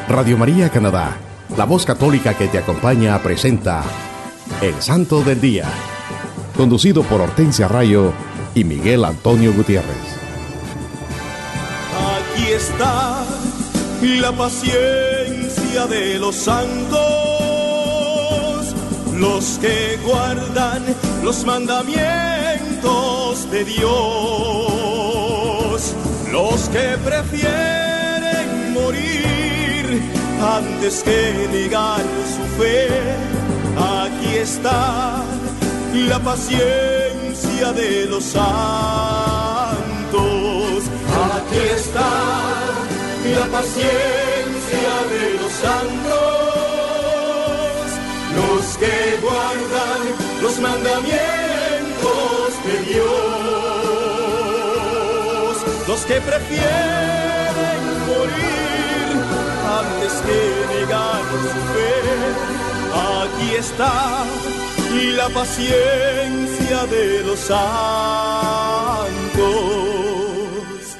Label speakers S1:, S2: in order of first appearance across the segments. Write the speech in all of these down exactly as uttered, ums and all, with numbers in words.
S1: Radio María Canadá, la voz católica que te acompaña, presenta El Santo del Día, conducido por Hortensia Rayo y Miguel Antonio Gutiérrez.
S2: Aquí está la paciencia de los santos, los que guardan los mandamientos de Dios, los que prefieren morir antes que negar su fe. Aquí está la paciencia de los santos. Aquí está la paciencia de los santos, los que guardan los mandamientos de Dios, los que prefieren morir antes que negar su fe. Aquí está la paciencia de los santos.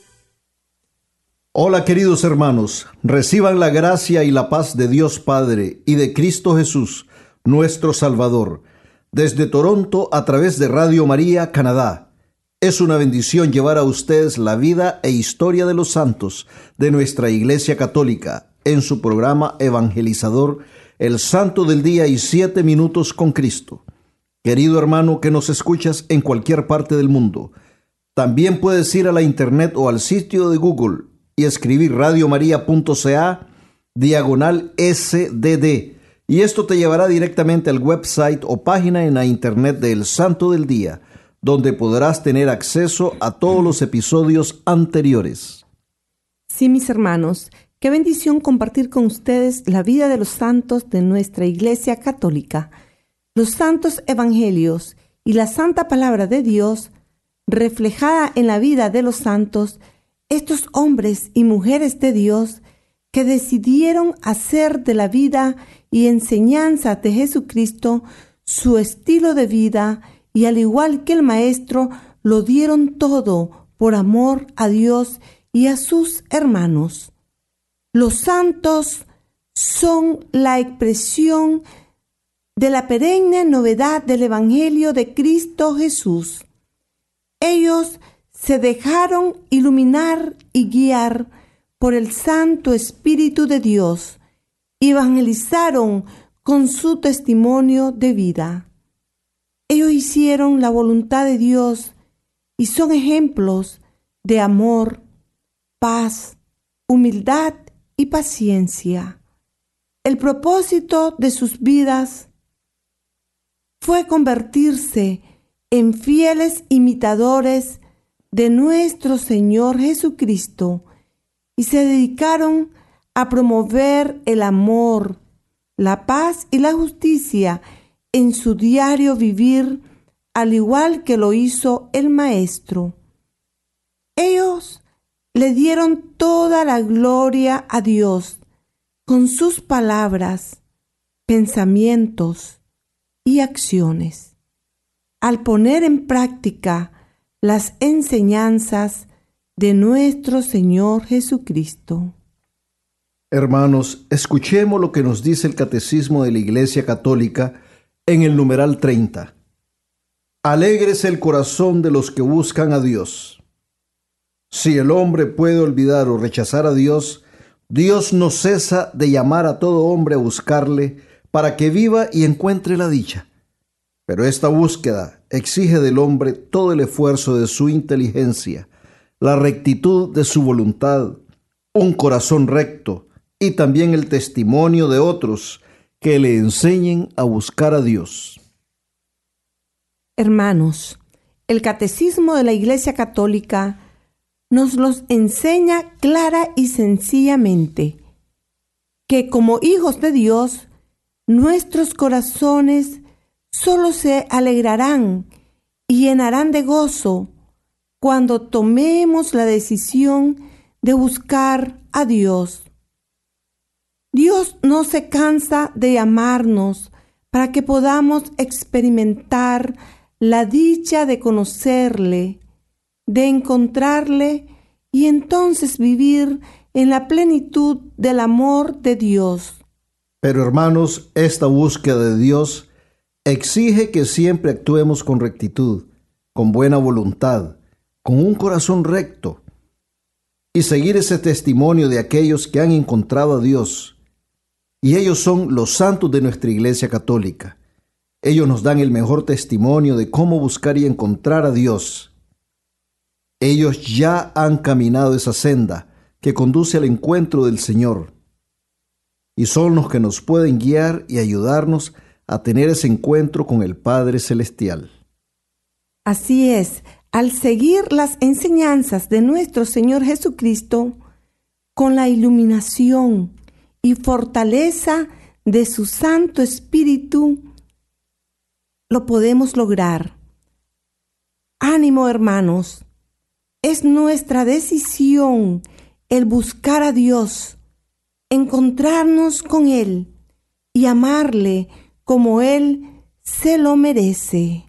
S3: Hola queridos hermanos, reciban la gracia y la paz de Dios Padre y de Cristo Jesús, nuestro Salvador. Desde Toronto a través de Radio María Canadá. Es una bendición llevar a ustedes la vida e historia de los santos de nuestra Iglesia Católica en su programa evangelizador El Santo del Día y Siete Minutos con Cristo. Querido hermano que nos escuchas en cualquier parte del mundo, también puedes ir a la internet o al sitio de Google y escribir radiomaria.ca diagonal S D D, y esto te llevará directamente al website o página en la internet de El Santo del Día, donde podrás tener acceso a todos los episodios anteriores.
S4: Sí, mis hermanos, qué bendición compartir con ustedes la vida de los santos de nuestra Iglesia Católica. Los santos evangelios y la santa palabra de Dios, reflejada en la vida de los santos, estos hombres y mujeres de Dios que decidieron hacer de la vida y enseñanza de Jesucristo su estilo de vida, y al igual que el Maestro, lo dieron todo por amor a Dios y a sus hermanos. Los santos son la expresión de la perenne novedad del Evangelio de Cristo Jesús. Ellos se dejaron iluminar y guiar por el Santo Espíritu de Dios, y evangelizaron con su testimonio de vida. Ellos hicieron la voluntad de Dios y son ejemplos de amor, paz, humildad y paciencia. El propósito de sus vidas fue convertirse en fieles imitadores de nuestro Señor Jesucristo, y se dedicaron a promover el amor, la paz y la justicia en su diario vivir, al igual que lo hizo el Maestro. Ellos le dieron toda la gloria a Dios con sus palabras, pensamientos y acciones, al poner en práctica las enseñanzas de nuestro Señor Jesucristo.
S3: Hermanos, escuchemos lo que nos dice el Catecismo de la Iglesia Católica en el numeral treinta. Alégrese el corazón de los que buscan a Dios. Si el hombre puede olvidar o rechazar a Dios, Dios no cesa de llamar a todo hombre a buscarle para que viva y encuentre la dicha. Pero esta búsqueda exige del hombre todo el esfuerzo de su inteligencia, la rectitud de su voluntad, un corazón recto y también el testimonio de otros que le enseñen a buscar a Dios.
S4: Hermanos, el Catecismo de la Iglesia Católica nos los enseña clara y sencillamente, que como hijos de Dios, nuestros corazones solo se alegrarán y llenarán de gozo cuando tomemos la decisión de buscar a Dios. Dios no se cansa de llamarnos para que podamos experimentar la dicha de conocerle, de encontrarle y entonces vivir en la plenitud del amor de Dios.
S3: Pero hermanos, esta búsqueda de Dios exige que siempre actuemos con rectitud, con buena voluntad, con un corazón recto, y seguir ese testimonio de aquellos que han encontrado a Dios. Y ellos son los santos de nuestra Iglesia Católica. Ellos nos dan el mejor testimonio de cómo buscar y encontrar a Dios. Ellos ya han caminado esa senda que conduce al encuentro del Señor, y son los que nos pueden guiar y ayudarnos a tener ese encuentro con el Padre Celestial.
S4: Así es, al seguir las enseñanzas de nuestro Señor Jesucristo, con la iluminación y fortaleza de su Santo Espíritu, lo podemos lograr. Ánimo, hermanos, es nuestra decisión el buscar a Dios, encontrarnos con Él y amarle como Él se lo merece.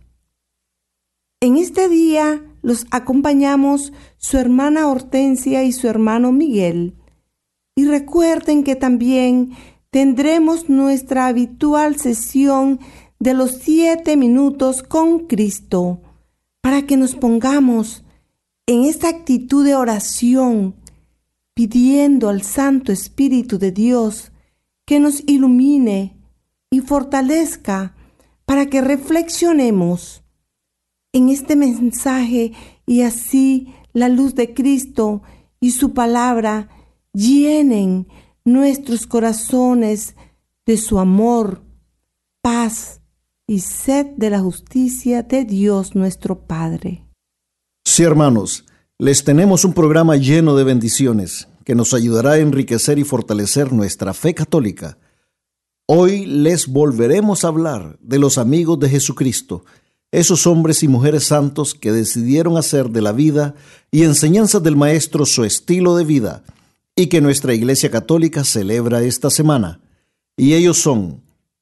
S4: En este día los acompañamos su hermana Hortensia y su hermano Miguel. Y recuerden que también tendremos nuestra habitual sesión de los siete minutos con Cristo, para que nos pongamos en esta actitud de oración, pidiendo al Santo Espíritu de Dios que nos ilumine y fortalezca para que reflexionemos en este mensaje y así la luz de Cristo y su palabra llenen nuestros corazones de su amor, paz y sed de la justicia de Dios nuestro Padre.
S3: Sí, hermanos, les tenemos un programa lleno de bendiciones que nos ayudará a enriquecer y fortalecer nuestra fe católica. Hoy les volveremos a hablar de los amigos de Jesucristo, esos hombres y mujeres santos que decidieron hacer de la vida y enseñanzas del Maestro su estilo de vida y que nuestra Iglesia Católica celebra esta semana. Y ellos son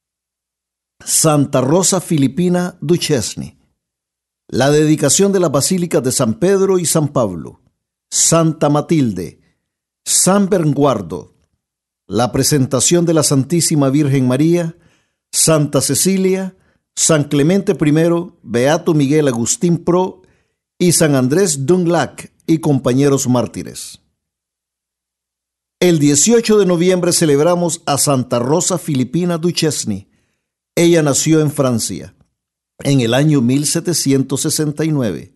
S3: Santa Rosa Filipina Duchesne, la dedicación de las basílicas de San Pedro y San Pablo, Santa Matilde, San Bernardo, la presentación de la Santísima Virgen María, Santa Cecilia, San Clemente I, Beato Miguel Agustín Pro y San Andrés Dunglac y compañeros mártires. El dieciocho de noviembre celebramos a Santa Rosa Filipina Duchesne. Ella nació en Francia en el año mil setecientos sesenta y nueve.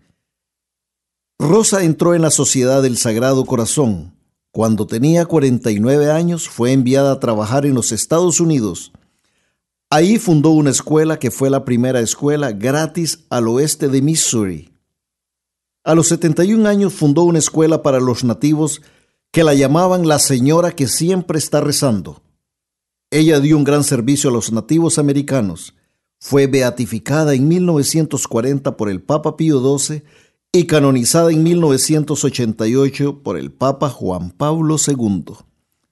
S3: Rosa entró en la Sociedad del Sagrado Corazón. Cuando tenía cuarenta y nueve años fue enviada a trabajar en los Estados Unidos. Ahí fundó una escuela que fue la primera escuela gratis al oeste de Missouri. A los setenta y un años fundó una escuela para los nativos que la llamaban la señora que siempre está rezando. Ella dio un gran servicio a los nativos americanos. Fue beatificada en mil novecientos cuarenta por el Papa Pío doce y canonizada en mil novecientos ochenta y ocho por el Papa Juan Pablo segundo.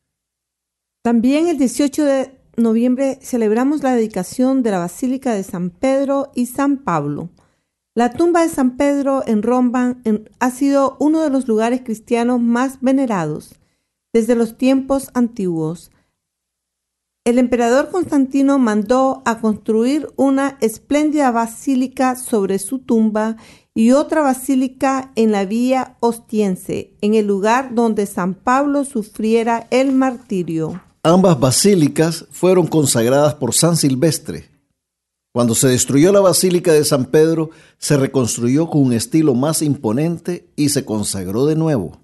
S4: También el dieciocho de noviembre celebramos la dedicación de la Basílica de San Pedro y San Pablo. La tumba de San Pedro en Roma en, ha sido uno de los lugares cristianos más venerados desde los tiempos antiguos. El emperador Constantino mandó a construir una espléndida basílica sobre su tumba y otra basílica en la Vía Ostiense, en el lugar donde San Pablo sufriera el martirio.
S3: Ambas basílicas fueron consagradas por San Silvestre. Cuando se destruyó la Basílica de San Pedro, se reconstruyó con un estilo más imponente y se consagró de nuevo.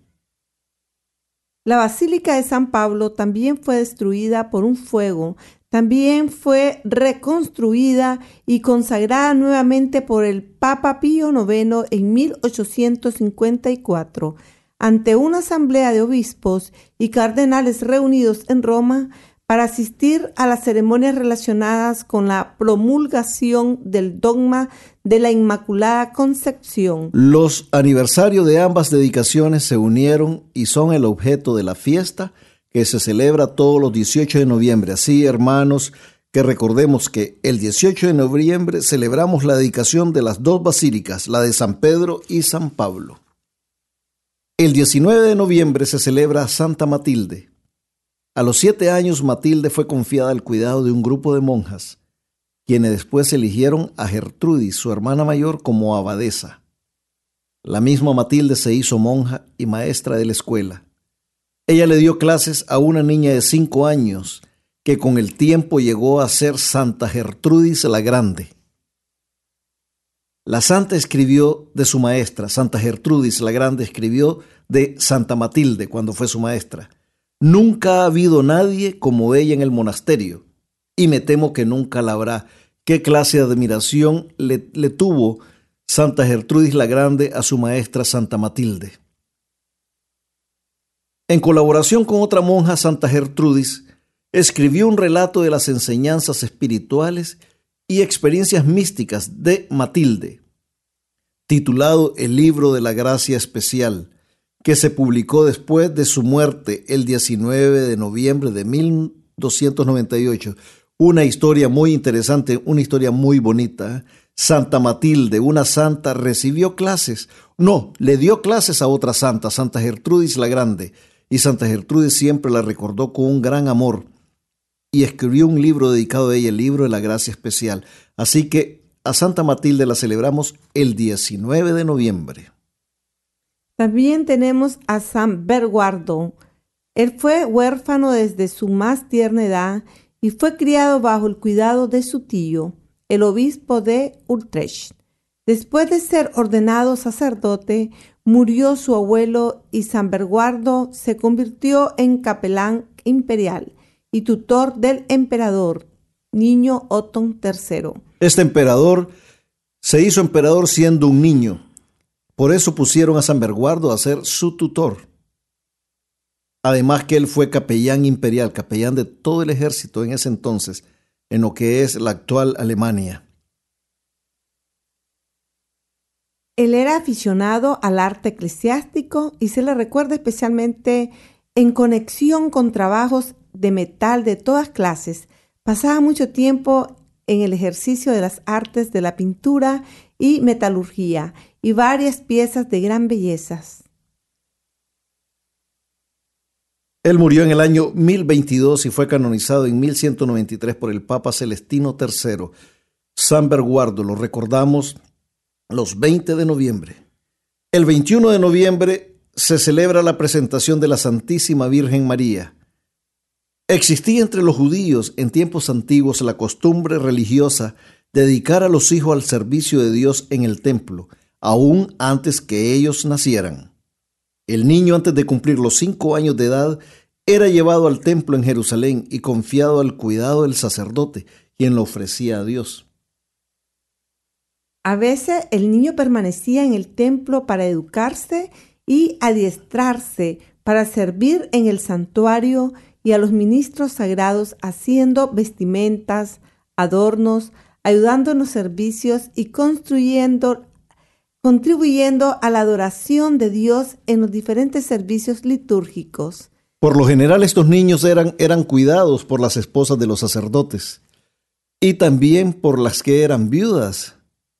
S4: La Basílica de San Pablo también fue destruida por un fuego, también fue reconstruida y consagrada nuevamente por el Papa Pío noveno en mil ochocientos cincuenta y cuatro. Ante una asamblea de obispos y cardenales reunidos en Roma para asistir a las ceremonias relacionadas con la promulgación del dogma de la Inmaculada Concepción.
S3: Los aniversarios de ambas dedicaciones se unieron y son el objeto de la fiesta que se celebra todos los dieciocho de noviembre. Así, hermanos, que recordemos que el dieciocho de noviembre celebramos la dedicación de las dos basílicas, la de San Pedro y San Pablo. El diecinueve de noviembre se celebra Santa Matilde. A los siete años, Matilde fue confiada al cuidado de un grupo de monjas, quienes después eligieron a Gertrudis, su hermana mayor, como abadesa. La misma Matilde se hizo monja y maestra de la escuela. Ella le dio clases a una niña de cinco años, que con el tiempo llegó a ser Santa Gertrudis la Grande. La santa escribió de su maestra, Santa Gertrudis la Grande escribió de Santa Matilde cuando fue su maestra: nunca ha habido nadie como ella en el monasterio, y me temo que nunca la habrá. ¿Qué clase de admiración le, le tuvo Santa Gertrudis la Grande a su maestra Santa Matilde? En colaboración con otra monja, Santa Gertrudis escribió un relato de las enseñanzas espirituales y experiencias místicas de Matilde, titulado El Libro de la Gracia Especial, que se publicó después de su muerte el diecinueve de noviembre de mil doscientos noventa y ocho. Una historia muy interesante, una historia muy bonita. Santa Matilde, una santa, recibió clases, no, le dio clases a otra santa, Santa Gertrudis la Grande, y Santa Gertrudis siempre la recordó con un gran amor y escribió un libro dedicado a ella, el Libro de la Gracia Especial. Así que a Santa Matilde la celebramos el diecinueve de noviembre.
S4: También tenemos a San Berguardo. Él fue huérfano desde su más tierna edad y fue criado bajo el cuidado de su tío, el obispo de Utrecht. Después de ser ordenado sacerdote, murió su abuelo y San Berguardo se convirtió en capelán imperial y tutor del emperador, niño Otón tercero.
S3: Este emperador se hizo emperador siendo un niño. Por eso pusieron a San Berguardo a ser su tutor. Además que él fue capellán imperial, capellán de todo el ejército en ese entonces, en lo que es la actual Alemania.
S4: Él era aficionado al arte eclesiástico y se le recuerda especialmente en conexión con trabajos de metal de todas clases. Pasaba mucho tiempo en el ejercicio de las artes de la pintura y metalurgia y varias piezas de gran belleza.
S3: Él murió en el año mil veintidós y fue canonizado en mil ciento noventa y tres por el Papa Celestino tercero. San Berguardo lo recordamos los veinte de noviembre. El veintiuno de noviembre se celebra la presentación de la Santísima Virgen María. Existía entre los judíos en tiempos antiguos la costumbre religiosa de dedicar a los hijos al servicio de Dios en el templo, aún antes que ellos nacieran. El niño, antes de cumplir los cinco años de edad, era llevado al templo en Jerusalén y confiado al cuidado del sacerdote, quien lo ofrecía a Dios.
S4: A veces el niño permanecía en el templo para educarse y adiestrarse para servir en el santuario y a los ministros sagrados haciendo vestimentas, adornos, ayudando en los servicios y construyendo, contribuyendo a la adoración de Dios en los diferentes servicios litúrgicos.
S3: Por lo general, estos niños eran, eran cuidados por las esposas de los sacerdotes y también por las que eran viudas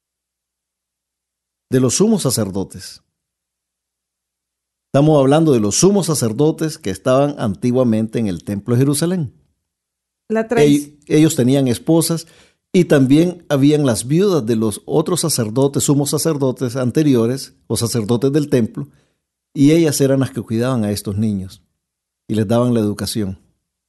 S3: de los sumos sacerdotes. Estamos hablando de los sumos sacerdotes que estaban antiguamente en el templo de Jerusalén.
S4: La ellos,
S3: ellos tenían esposas y también habían las viudas de los otros sacerdotes, sumos sacerdotes anteriores o sacerdotes del templo, y ellas eran las que cuidaban a estos niños y les daban la educación.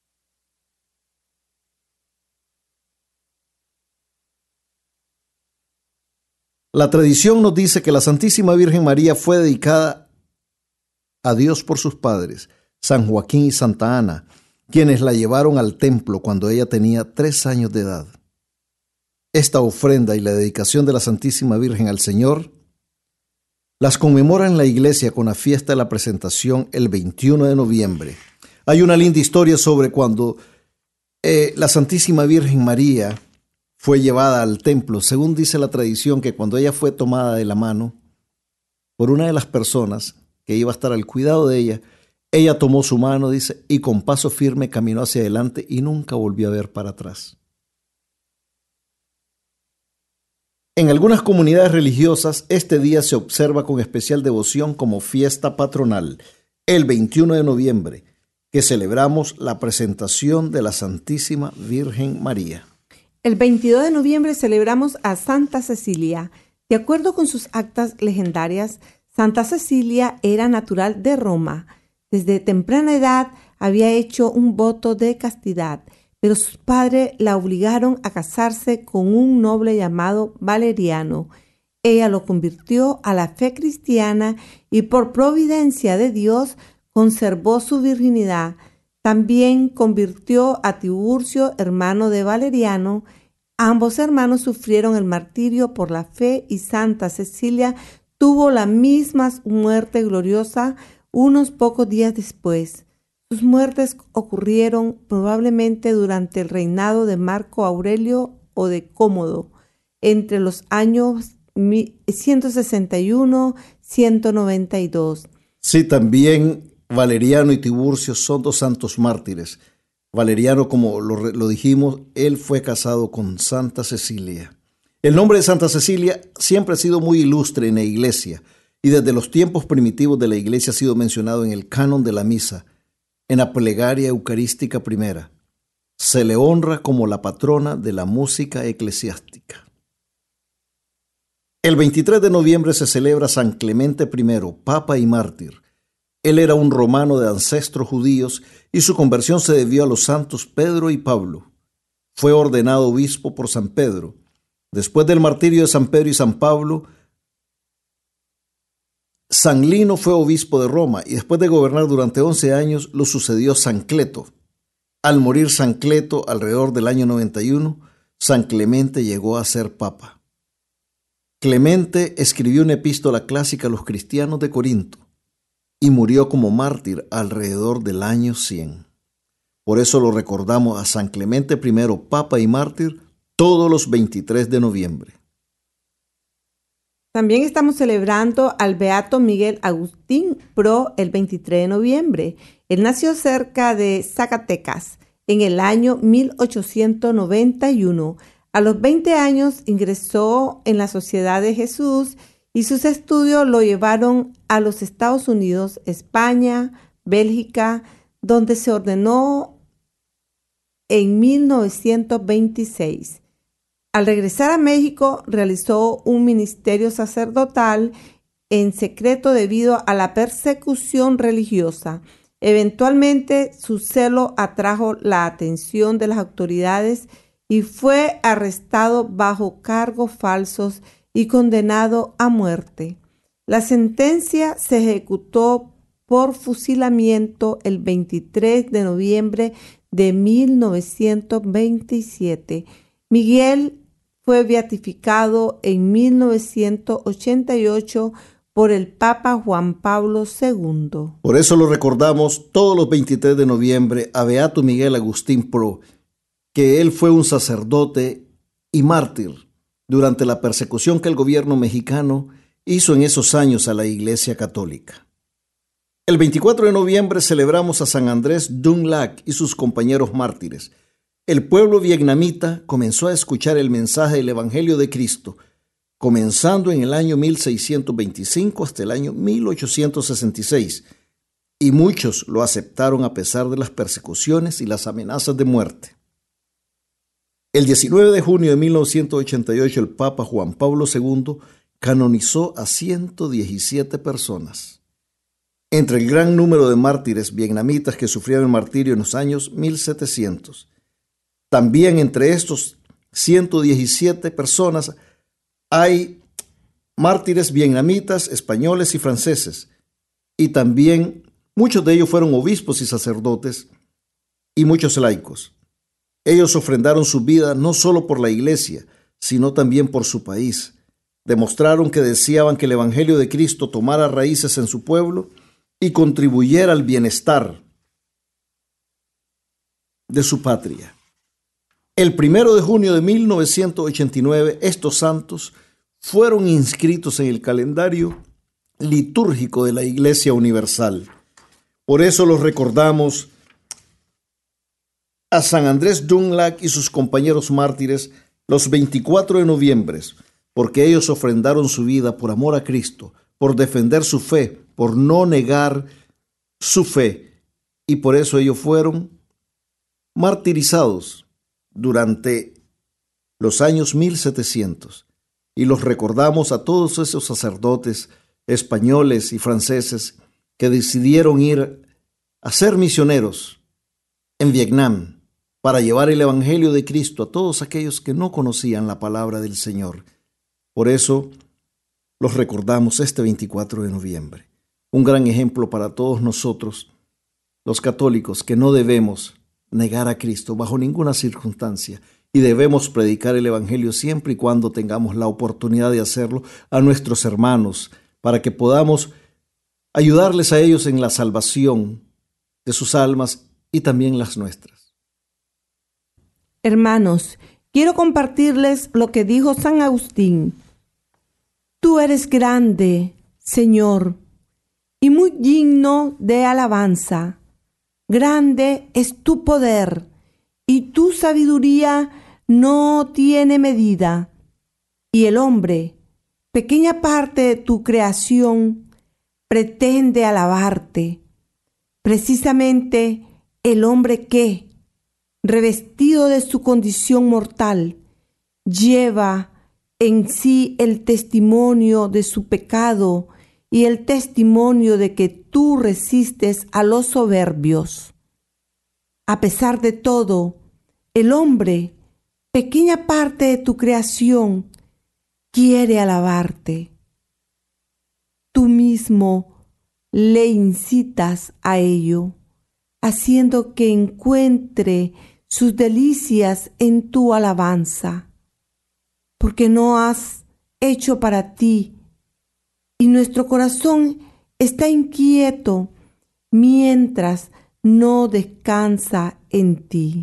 S3: La tradición nos dice que la Santísima Virgen María fue dedicada a Dios por sus padres, San Joaquín y Santa Ana, quienes la llevaron al templo cuando ella tenía tres años de edad. Esta ofrenda y la dedicación de la Santísima Virgen al Señor las conmemoran la iglesia con la fiesta de la presentación el veintiuno de noviembre. Hay una linda historia sobre cuando eh, la Santísima Virgen María fue llevada al templo. Según dice la tradición, que cuando ella fue tomada de la mano por una de las personas que iba a estar al cuidado de ella, ella tomó su mano, dice, y con paso firme caminó hacia adelante y nunca volvió a ver para atrás. En algunas comunidades religiosas, este día se observa con especial devoción como fiesta patronal, el veintiuno de noviembre, que celebramos la presentación de la Santísima Virgen María.
S4: El veintidós de noviembre celebramos a Santa Cecilia. De acuerdo con sus actas legendarias, Santa Cecilia era natural de Roma. Desde temprana edad había hecho un voto de castidad, pero sus padres la obligaron a casarse con un noble llamado Valeriano. Ella lo convirtió a la fe cristiana y por providencia de Dios conservó su virginidad. También convirtió a Tiburcio, hermano de Valeriano. Ambos hermanos sufrieron el martirio por la fe y Santa Cecilia tuvo la misma muerte gloriosa unos pocos días después. Sus muertes ocurrieron probablemente durante el reinado de Marco Aurelio o de Cómodo, entre los años ciento sesenta y uno y ciento noventa y dos.
S3: Sí, también Valeriano y Tiburcio son dos santos mártires. Valeriano, como lo, lo dijimos, él fue casado con Santa Cecilia. El nombre de Santa Cecilia siempre ha sido muy ilustre en la iglesia y desde los tiempos primitivos de la iglesia ha sido mencionado en el canon de la misa, en la plegaria eucarística primera. Se le honra como la patrona de la música eclesiástica. El veintitrés de noviembre se celebra San Clemente primero, papa y mártir. Él era un romano de ancestros judíos y su conversión se debió a los santos Pedro y Pablo. Fue ordenado obispo por San Pedro. Después del martirio de San Pedro y San Pablo, San Lino fue obispo de Roma y después de gobernar durante once años lo sucedió San Cleto. Al morir San Cleto alrededor del año noventa y uno, San Clemente llegó a ser papa. Clemente escribió una epístola clásica a los cristianos de Corinto y murió como mártir alrededor del año cien. Por eso lo recordamos a San Clemente primero, papa y mártir, todos los veintitrés de noviembre.
S4: También estamos celebrando al beato Miguel Agustín Pro el veintitrés de noviembre. Él nació cerca de Zacatecas en el año mil ochocientos noventa y uno. A los veinte años ingresó en la Sociedad de Jesús y sus estudios lo llevaron a los Estados Unidos, España, Bélgica, donde se ordenó en mil novecientos veintiséis. Al regresar a México, realizó un ministerio sacerdotal en secreto debido a la persecución religiosa. Eventualmente, su celo atrajo la atención de las autoridades y fue arrestado bajo cargos falsos y condenado a muerte. La sentencia se ejecutó por fusilamiento el veintitrés de noviembre de mil novecientos veintisiete. Miguel fue beatificado en mil novecientos ochenta y ocho por el Papa Juan Pablo segundo.
S3: Por eso lo recordamos todos los veintitrés de noviembre a Beato Miguel Agustín Pro, que él fue un sacerdote y mártir durante la persecución que el gobierno mexicano hizo en esos años a la Iglesia Católica. El veinticuatro de noviembre celebramos a San Andrés Dunlac y sus compañeros mártires. El pueblo vietnamita comenzó a escuchar el mensaje del Evangelio de Cristo, comenzando en el año mil seiscientos veinticinco hasta el año mil ochocientos sesenta y seis, y muchos lo aceptaron a pesar de las persecuciones y las amenazas de muerte. El diecinueve de junio de mil novecientos ochenta y ocho, el Papa Juan Pablo segundo canonizó a ciento diecisiete personas. Entre el gran número de mártires vietnamitas que sufrieron el martirio en los años mil setecientos, también entre estos ciento diecisiete personas hay mártires vietnamitas, españoles y franceses, y también muchos de ellos fueron obispos y sacerdotes y muchos laicos. Ellos ofrendaron su vida no solo por la iglesia, sino también por su país. Demostraron que deseaban que el Evangelio de Cristo tomara raíces en su pueblo y contribuyera al bienestar de su patria. El primero de junio de mil novecientos ochenta y nueve, estos santos fueron inscritos en el calendario litúrgico de la Iglesia Universal. Por eso los recordamos a San Andrés Dunlac y sus compañeros mártires los veinticuatro de noviembre, porque ellos ofrendaron su vida por amor a Cristo, por defender su fe, por no negar su fe, y por eso ellos fueron martirizados durante los años mil setecientos. Y los recordamos a todos esos sacerdotes españoles y franceses que decidieron ir a ser misioneros en Vietnam para llevar el Evangelio de Cristo a todos aquellos que no conocían la palabra del Señor. Por eso los recordamos este veinticuatro de noviembre. Un gran ejemplo para todos nosotros, los católicos, que no debemos negar a Cristo bajo ninguna circunstancia y debemos predicar el Evangelio siempre y cuando tengamos la oportunidad de hacerlo a nuestros hermanos, para que podamos ayudarles a ellos en la salvación de sus almas y también las nuestras.
S4: Hermanos, quiero compartirles lo que dijo San Agustín. Tú eres grande, Señor, y muy digno de alabanza. Grande es tu poder, y tu sabiduría no tiene medida. Y el hombre, pequeña parte de tu creación, pretende alabarte. Precisamente el hombre que, revestido de su condición mortal, lleva en sí el testimonio de su pecado y el testimonio de que tú resistes a los soberbios. A pesar de todo, el hombre, pequeña parte de tu creación, quiere alabarte. Tú mismo le incitas a ello, haciendo que encuentre sus delicias en tu alabanza, porque no has hecho para ti, y nuestro corazón está inquieto mientras no descansa en ti.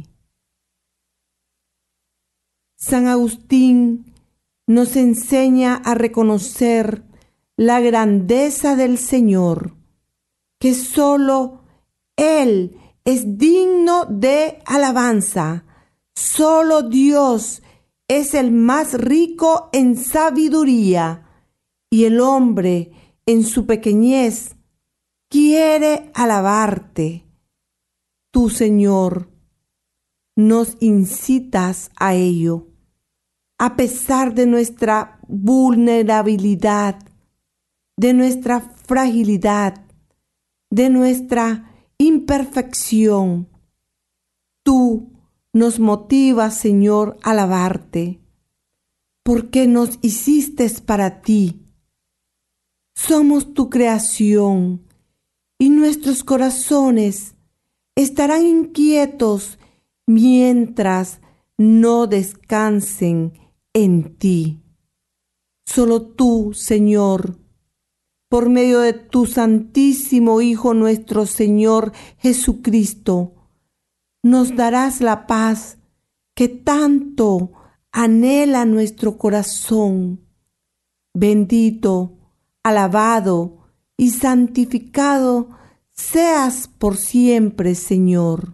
S4: San Agustín nos enseña a reconocer la grandeza del Señor, que solo Él es digno de alabanza. Solo Dios es el más rico en sabiduría, y el hombre en su pequeñez quiere alabarte. Tú, Señor, nos incitas a ello, a pesar de nuestra vulnerabilidad, de nuestra fragilidad, de nuestra imperfección. Tú nos motivas, Señor, a alabarte, porque nos hiciste para ti. Somos tu creación, y nuestros corazones estarán inquietos mientras no descansen en ti. Solo tú, Señor, por medio de tu Santísimo Hijo nuestro Señor Jesucristo, nos darás la paz que tanto anhela nuestro corazón. Bendito, alabado y santificado seas por siempre, Señor.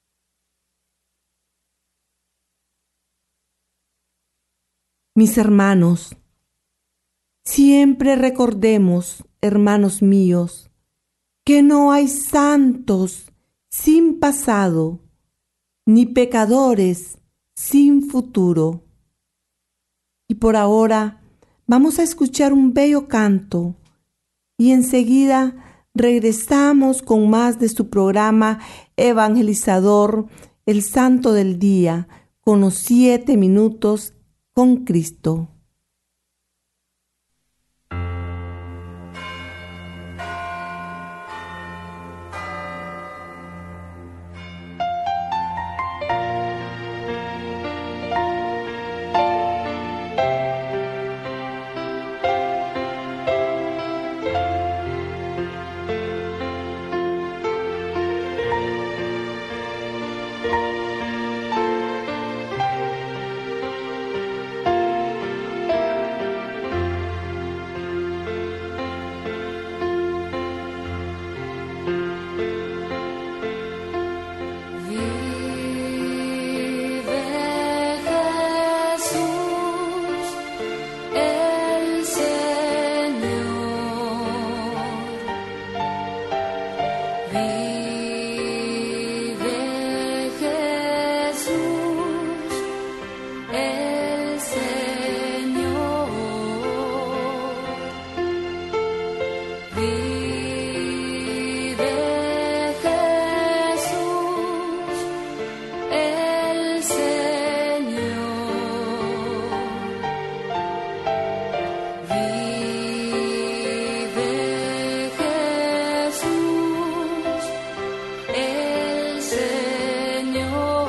S4: Mis hermanos, siempre recordemos, hermanos míos, que no hay santos sin pasado, ni pecadores sin futuro. Y por ahora vamos a escuchar un bello canto y enseguida regresamos con más de su programa evangelizador, El Santo del Día, con los siete minutos con Cristo.
S5: el Señor.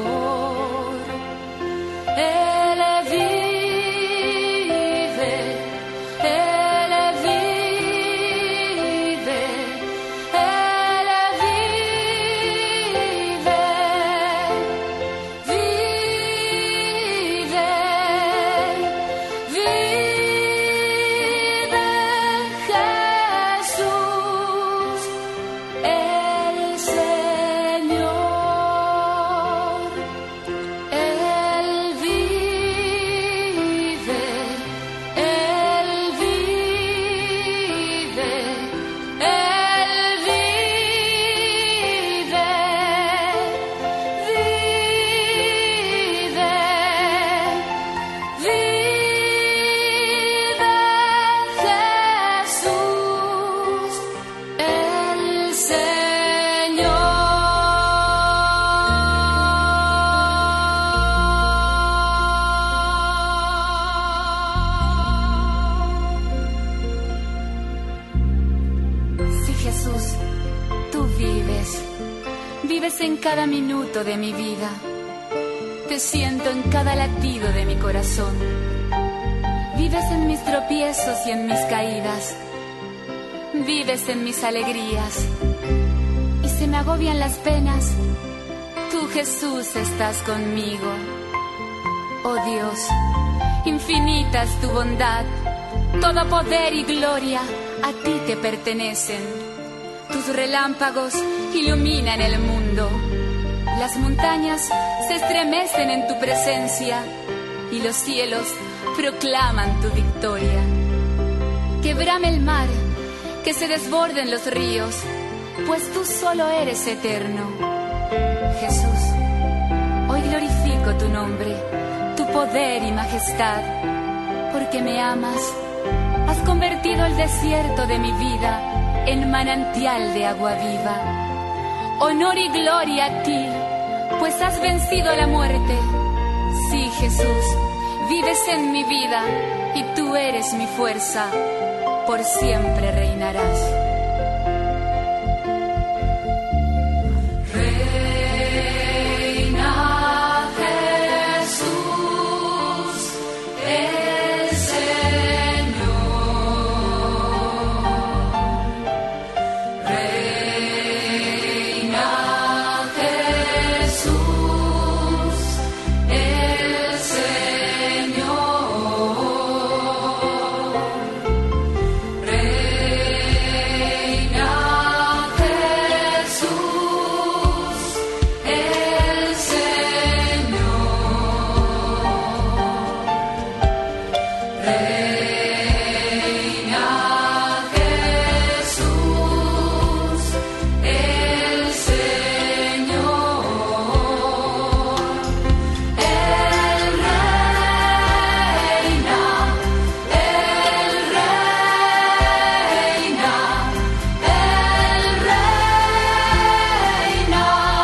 S5: Él vive, Él vive, Él vive, vive, vive Jesús, el Señor. Él vive, Él vive, Él vive, vive, vive Jesús, el Señor. Sí, Jesús, tú vives, vives en cada minuto de mi vida. Te siento en cada latido de mi corazón. Vives en mis tropiezos y en mis caídas. Vives en mis alegrías. Y se me agobian las penas. Tú, Jesús, estás conmigo. Oh Dios, infinita es tu bondad. Todo poder y gloria a ti te pertenecen. Tus relámpagos iluminan el mundo. Las montañas se estremecen en tu presencia y los cielos proclaman tu victoria. Que brame el mar, que se desborden los ríos, pues tú solo eres eterno. Jesús, hoy glorifico tu nombre, tu poder y majestad, porque me amas. Has convertido el desierto de mi vida en manantial de agua viva. Honor y gloria a ti, pues has vencido la muerte. Sí, Jesús, vives en mi vida y tú eres mi fuerza. Por siempre reinarás. Reina Jesús, el Señor. Reina Jesús, el Señor. Reina Jesús, el Señor. Reina Jesús, el Señor. Él reina, Él reina, Él reina,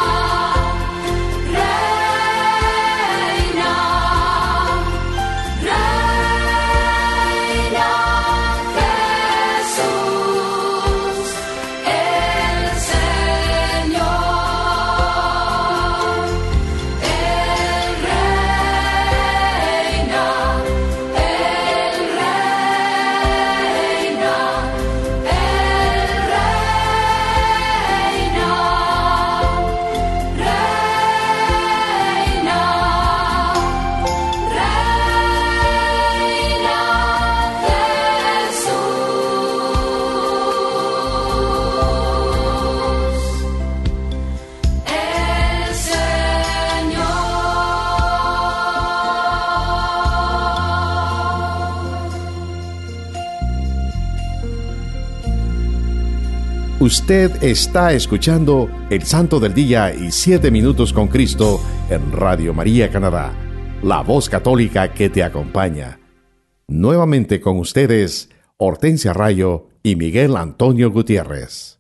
S5: reina, reina Jesús, el Señor. Él reina, Él reina, Él reina, reina, reina Jesús, el Señor.
S1: Usted está escuchando El Santo del Día y Siete Minutos con Cristo en Radio María Canadá, la voz católica que te acompaña. Nuevamente con ustedes, Hortensia Rayo y Miguel Antonio Gutiérrez.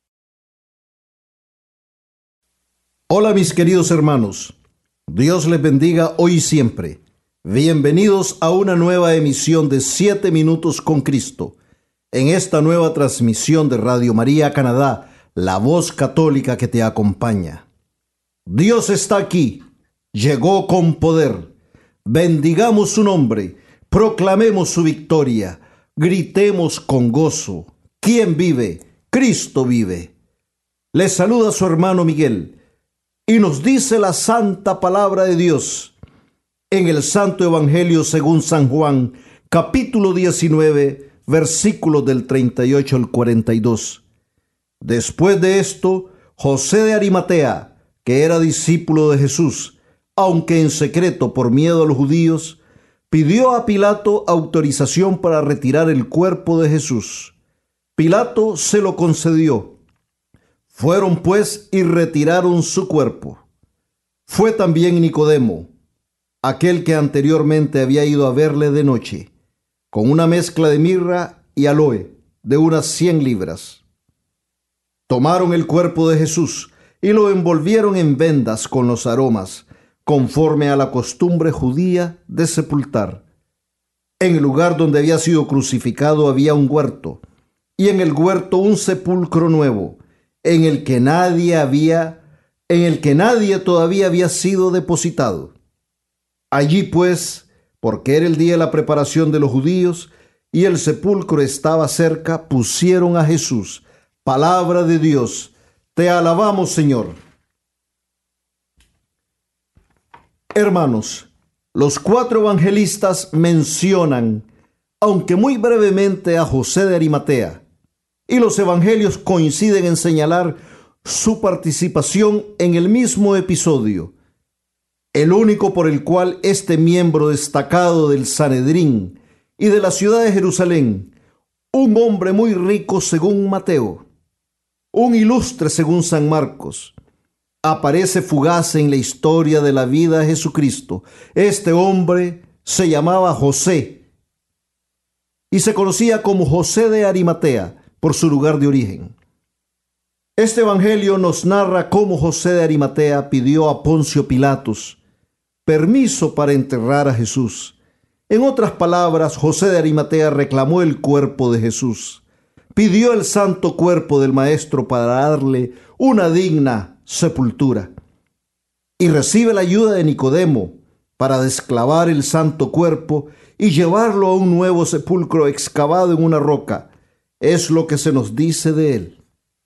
S3: Hola mis queridos hermanos, Dios les bendiga hoy y siempre. Bienvenidos a una nueva emisión de Siete Minutos con Cristo. En esta nueva transmisión de Radio María Canadá, la voz católica que te acompaña. Dios está aquí, llegó con poder. Bendigamos su nombre, proclamemos su victoria, gritemos con gozo. ¿Quién vive? Cristo vive. Les saluda su hermano Miguel y nos dice la santa palabra de Dios en el Santo Evangelio según San Juan, capítulo diecinueve, versículos del treinta y ocho al cuarenta y dos. Después de esto, José de Arimatea, que era discípulo de Jesús, aunque en secreto por miedo a los judíos, pidió a Pilato autorización para retirar el cuerpo de Jesús. Pilato se lo concedió. Fueron pues y retiraron su cuerpo. Fue también Nicodemo, aquel que anteriormente había ido a verle de noche, con una mezcla de mirra y aloe de unas cien libras. Tomaron el cuerpo de Jesús y lo envolvieron en vendas con los aromas, conforme a la costumbre judía de sepultar. En el lugar donde había sido crucificado había un huerto, y en el huerto un sepulcro nuevo, en el que nadie había, en el que nadie todavía había sido depositado. Allí pues, porque era el día de la preparación de los judíos, y el sepulcro estaba cerca, pusieron a Jesús. Palabra de Dios. Te alabamos, Señor. Hermanos, los cuatro evangelistas mencionan, aunque muy brevemente, a José de Arimatea, y los evangelios coinciden en señalar su participación en el mismo episodio, el único por el cual este miembro destacado del Sanedrín y de la ciudad de Jerusalén, un hombre muy rico según Mateo, un ilustre según San Marcos, aparece fugaz en la historia de la vida de Jesucristo. Este hombre se llamaba José y se conocía como José de Arimatea por su lugar de origen. Este evangelio nos narra cómo José de Arimatea pidió a Poncio Pilatos permiso para enterrar a Jesús. En otras palabras, José de Arimatea reclamó el cuerpo de Jesús. Pidió el santo cuerpo del Maestro para darle una digna sepultura. Y recibe la ayuda de Nicodemo para desclavar el santo cuerpo y llevarlo a un nuevo sepulcro excavado en una roca. Es lo que se nos dice de él.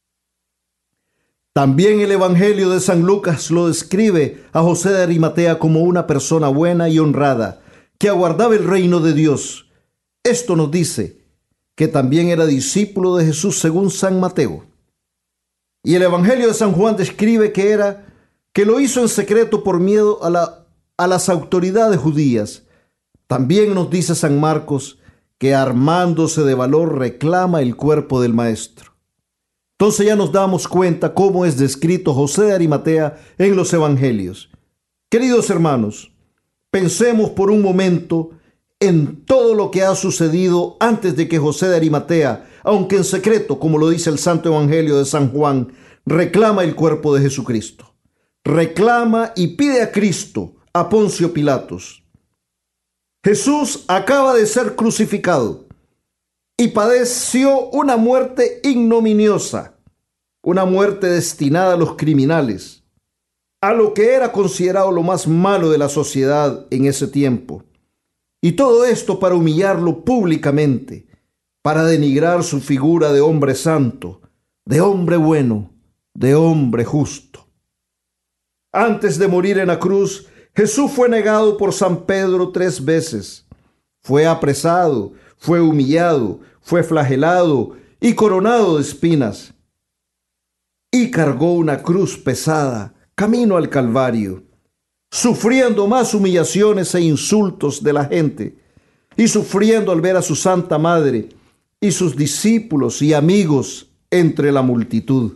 S3: También el Evangelio de San Lucas lo describe a José de Arimatea como una persona buena y honrada, que aguardaba el reino de Dios. Esto nos dice que también era discípulo de Jesús según San Mateo. Y el Evangelio de San Juan describe que era, que lo hizo en secreto por miedo a, la, a las autoridades judías. También nos dice San Marcos que armándose de valor reclama el cuerpo del Maestro. Entonces ya nos damos cuenta cómo es descrito José de Arimatea en los Evangelios. Queridos hermanos, pensemos por un momento en todo lo que ha sucedido antes de que José de Arimatea, aunque en secreto, como lo dice el Santo Evangelio de San Juan, reclama el cuerpo de Jesucristo. Reclama y pide a Cristo, a Poncio Pilatos. Jesús acaba de ser crucificado y padeció una muerte ignominiosa, una muerte destinada a los criminales, a lo que era considerado lo más malo de la sociedad en ese tiempo. Y todo esto para humillarlo públicamente, para denigrar su figura de hombre santo, de hombre bueno, de hombre justo. Antes de morir en la cruz, Jesús fue negado por San Pedro tres veces. Fue apresado, fue humillado, fue flagelado y coronado de espinas. Y cargó una cruz pesada, camino al Calvario, sufriendo más humillaciones e insultos de la gente, y sufriendo al ver a su Santa Madre y sus discípulos y amigos entre la multitud.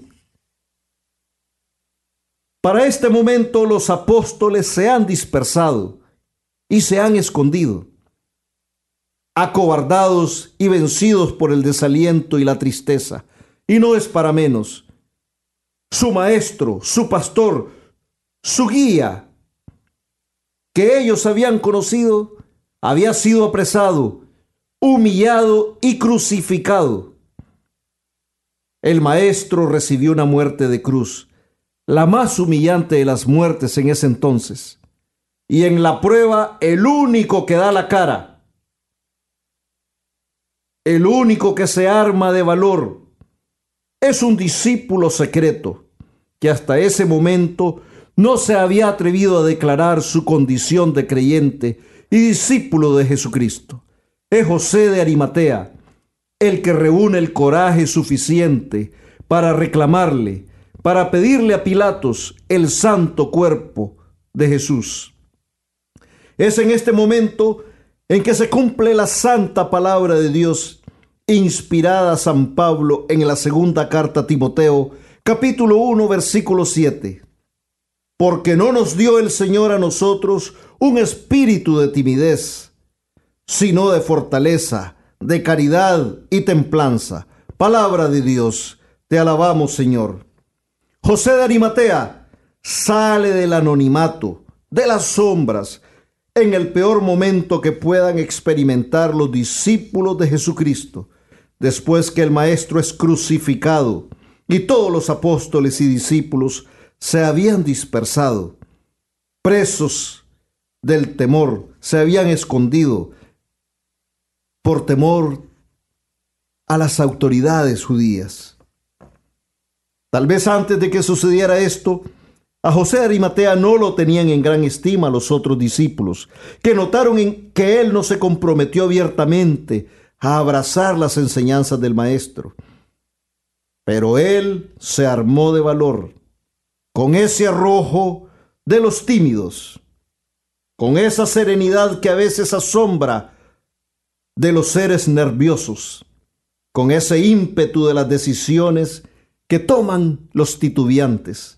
S3: Para este momento los apóstoles se han dispersado y se han escondido, acobardados y vencidos por el desaliento y la tristeza. Y no es para menos. Su maestro, su pastor, su guía, que ellos habían conocido, había sido apresado, humillado y crucificado. El Maestro recibió una muerte de cruz, la más humillante de las muertes en ese entonces. Y en la prueba, el único que da la cara, el único que se arma de valor, es un discípulo secreto que hasta ese momento no se había atrevido a declarar su condición de creyente y discípulo de Jesucristo. Es José de Arimatea, el que reúne el coraje suficiente para reclamarle, para pedirle a Pilatos el santo cuerpo de Jesús. Es en este momento en que se cumple la santa palabra de Dios, inspirada a San Pablo en la segunda carta a Timoteo, capítulo uno, versículo siete. Porque no nos dio el Señor a nosotros un espíritu de timidez, sino de fortaleza, de caridad y templanza. Palabra de Dios, te alabamos, Señor. José de Arimatea sale del anonimato, de las sombras, en el peor momento que puedan experimentar los discípulos de Jesucristo, después que el Maestro es crucificado y todos los apóstoles y discípulos se habían dispersado. Presos del temor, se habían escondido por temor a las autoridades judías. Tal vez antes de que sucediera esto, a José de Arimatea no lo tenían en gran estima los otros discípulos, que notaron en que él no se comprometió abiertamente a abrazar las enseñanzas del Maestro. Pero él se armó de valor, con ese arrojo de los tímidos, con esa serenidad que a veces asombra de los seres nerviosos, con ese ímpetu de las decisiones que toman los titubeantes.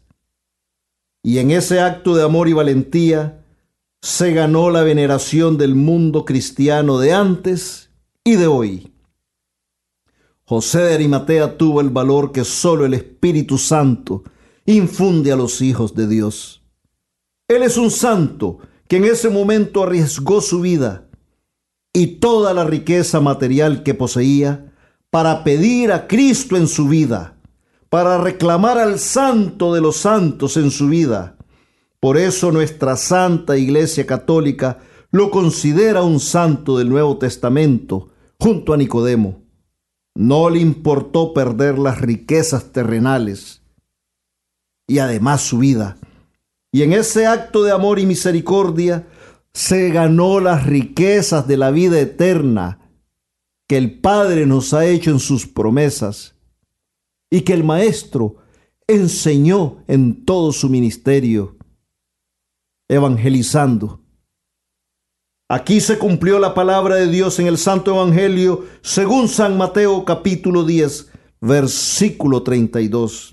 S3: Y en ese acto de amor y valentía se ganó la veneración del mundo cristiano de antes y de hoy. José de Arimatea tuvo el valor que solo el Espíritu Santo infunde a los hijos de Dios. Él es un santo que en ese momento arriesgó su vida y toda la riqueza material que poseía para pedir a Cristo en su vida, para reclamar al Santo de los Santos en su vida. Por eso nuestra Santa Iglesia Católica lo considera un santo del Nuevo Testamento, junto a Nicodemo. No le importó perder las riquezas terrenales y además su vida. Y en ese acto de amor y misericordia se ganó las riquezas de la vida eterna que el Padre nos ha hecho en sus promesas y que el Maestro enseñó en todo su ministerio, evangelizando. Aquí se cumplió la palabra de Dios en el Santo Evangelio según San Mateo capítulo diez, versículo treinta y dos.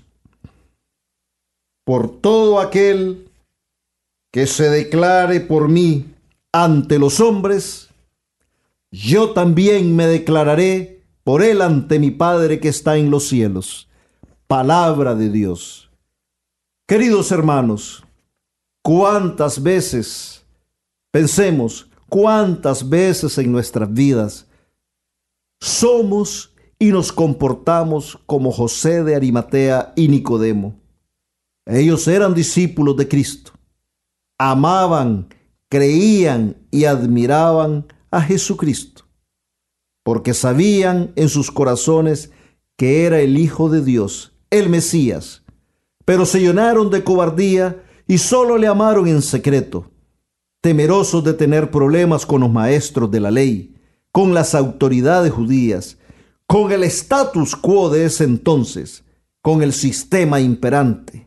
S3: Por todo aquel que se declare por mí ante los hombres, yo también me declararé por él ante mi Padre que está en los cielos. Palabra de Dios. Queridos hermanos, cuántas veces, pensemos, cuántas veces en nuestras vidas somos y nos comportamos como José de Arimatea y Nicodemo. Ellos eran discípulos de Cristo, amaban, creían y admiraban a Jesucristo, porque sabían en sus corazones que era el Hijo de Dios, el Mesías, pero se llenaron de cobardía y solo le amaron en secreto, temerosos de tener problemas con los maestros de la ley, con las autoridades judías, con el status quo de ese entonces, con el sistema imperante.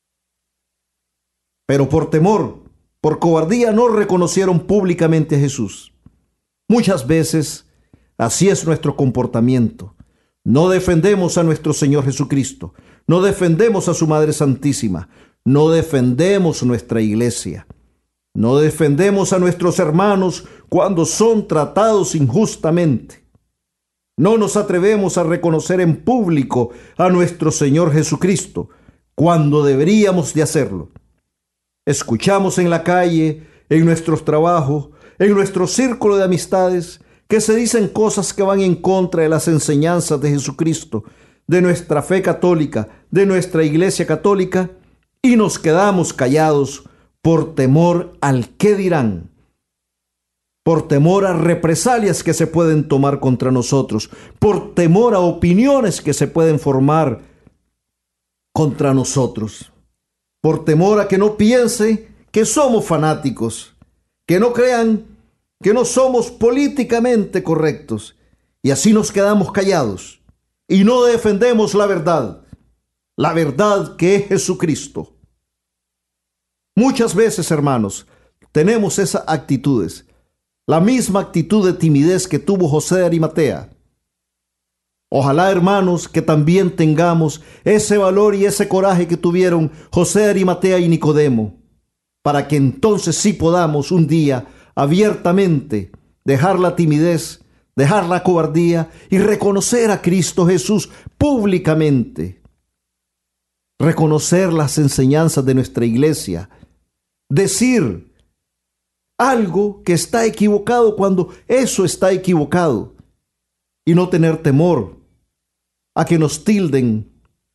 S3: Pero por temor, por cobardía, no reconocieron públicamente a Jesús. Muchas veces así es nuestro comportamiento. No defendemos a nuestro Señor Jesucristo, no defendemos a su Madre Santísima, no defendemos nuestra iglesia, no defendemos a nuestros hermanos cuando son tratados injustamente. No nos atrevemos a reconocer en público a nuestro Señor Jesucristo cuando deberíamos de hacerlo. Escuchamos en la calle, en nuestros trabajos, en nuestro círculo de amistades, que se dicen cosas que van en contra de las enseñanzas de Jesucristo, de nuestra fe católica, de nuestra Iglesia católica, y nos quedamos callados por temor al qué dirán, por temor a represalias que se pueden tomar contra nosotros, por temor a opiniones que se pueden formar contra nosotros, por temor a que no piense que somos fanáticos, que no crean que no somos políticamente correctos, y así nos quedamos callados y no defendemos la verdad, la verdad que es Jesucristo. Muchas veces, hermanos, tenemos esas actitudes, la misma actitud de timidez que tuvo José de Arimatea. Ojalá, hermanos, que también tengamos ese valor y ese coraje que tuvieron José de Arimatea y Nicodemo, para que entonces sí podamos un día abiertamente dejar la timidez, dejar la cobardía y reconocer a Cristo Jesús públicamente. Reconocer las enseñanzas de nuestra iglesia. Decir algo que está equivocado cuando eso está equivocado. Y no tener temor a que nos tilden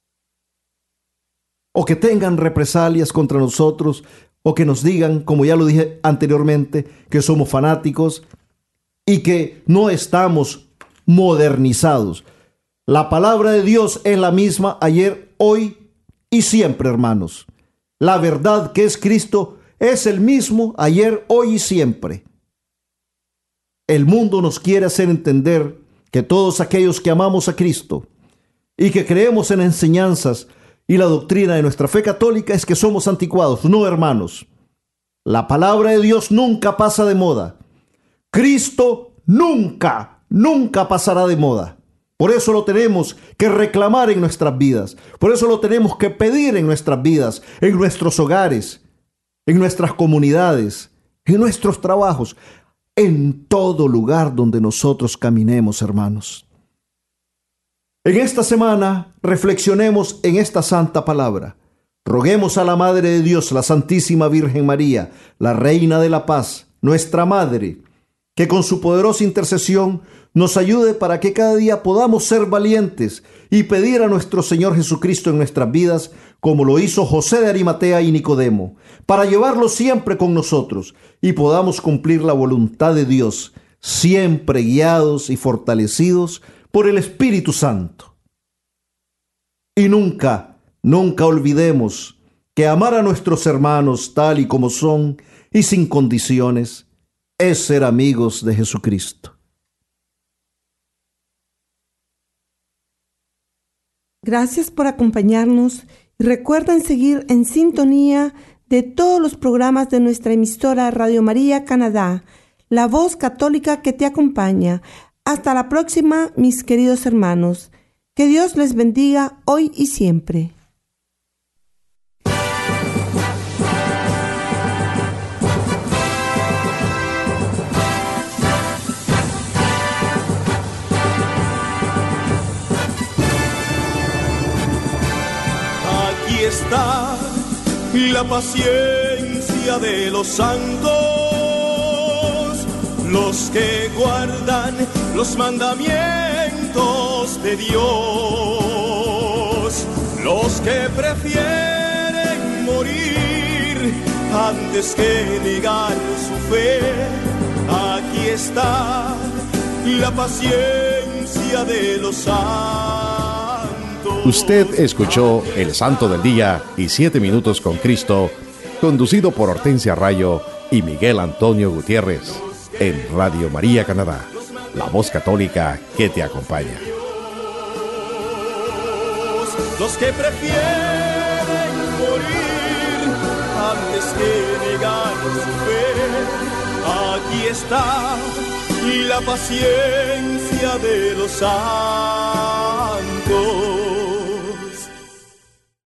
S3: o que tengan represalias contra nosotros, o que nos digan, como ya lo dije anteriormente, que somos fanáticos y que no estamos modernizados. La palabra de Dios es la misma ayer, hoy y siempre, hermanos. La verdad que es Cristo es el mismo ayer, hoy y siempre. El mundo nos quiere hacer entender que todos aquellos que amamos a Cristo y que creemos en enseñanzas y la doctrina de nuestra fe católica es que somos anticuados. No, hermanos. La palabra de Dios nunca pasa de moda. Cristo nunca, nunca pasará de moda. Por eso lo tenemos que reclamar en nuestras vidas. Por eso lo tenemos que pedir en nuestras vidas, en nuestros hogares, en nuestras comunidades, en nuestros trabajos, en todo lugar donde nosotros caminemos, hermanos. En esta semana reflexionemos en esta santa palabra. Roguemos a la Madre de Dios, la Santísima Virgen María, la Reina de la Paz, nuestra Madre, que con su poderosa intercesión nos ayude para que cada día podamos ser valientes y pedir a nuestro Señor Jesucristo en nuestras vidas, como lo hizo José de Arimatea y Nicodemo, para llevarlo siempre con nosotros y podamos cumplir la voluntad de Dios, siempre guiados y fortalecidos por el Espíritu Santo. Y nunca, nunca olvidemos que amar a nuestros hermanos tal y como son y sin condiciones es ser amigos de Jesucristo.
S4: Gracias por acompañarnos y recuerden seguir en sintonía de todos los programas de nuestra emisora Radio María Canadá, la voz católica que te acompaña. Hasta la próxima, mis queridos hermanos. Que Dios les bendiga hoy y siempre.
S2: Aquí está la paciencia de los santos, los que guardan los mandamientos de Dios, los que prefieren morir antes que negar su fe. Aquí está la paciencia de los santos.
S1: Usted escuchó El Santo del Día y Siete Minutos con Cristo, conducido por Hortensia Rayo y Miguel Antonio Gutiérrez, en Radio María Canadá, la voz católica que te acompaña.
S2: Los que prefieren morir antes que negar su fe. Aquí está la paciencia de los santos.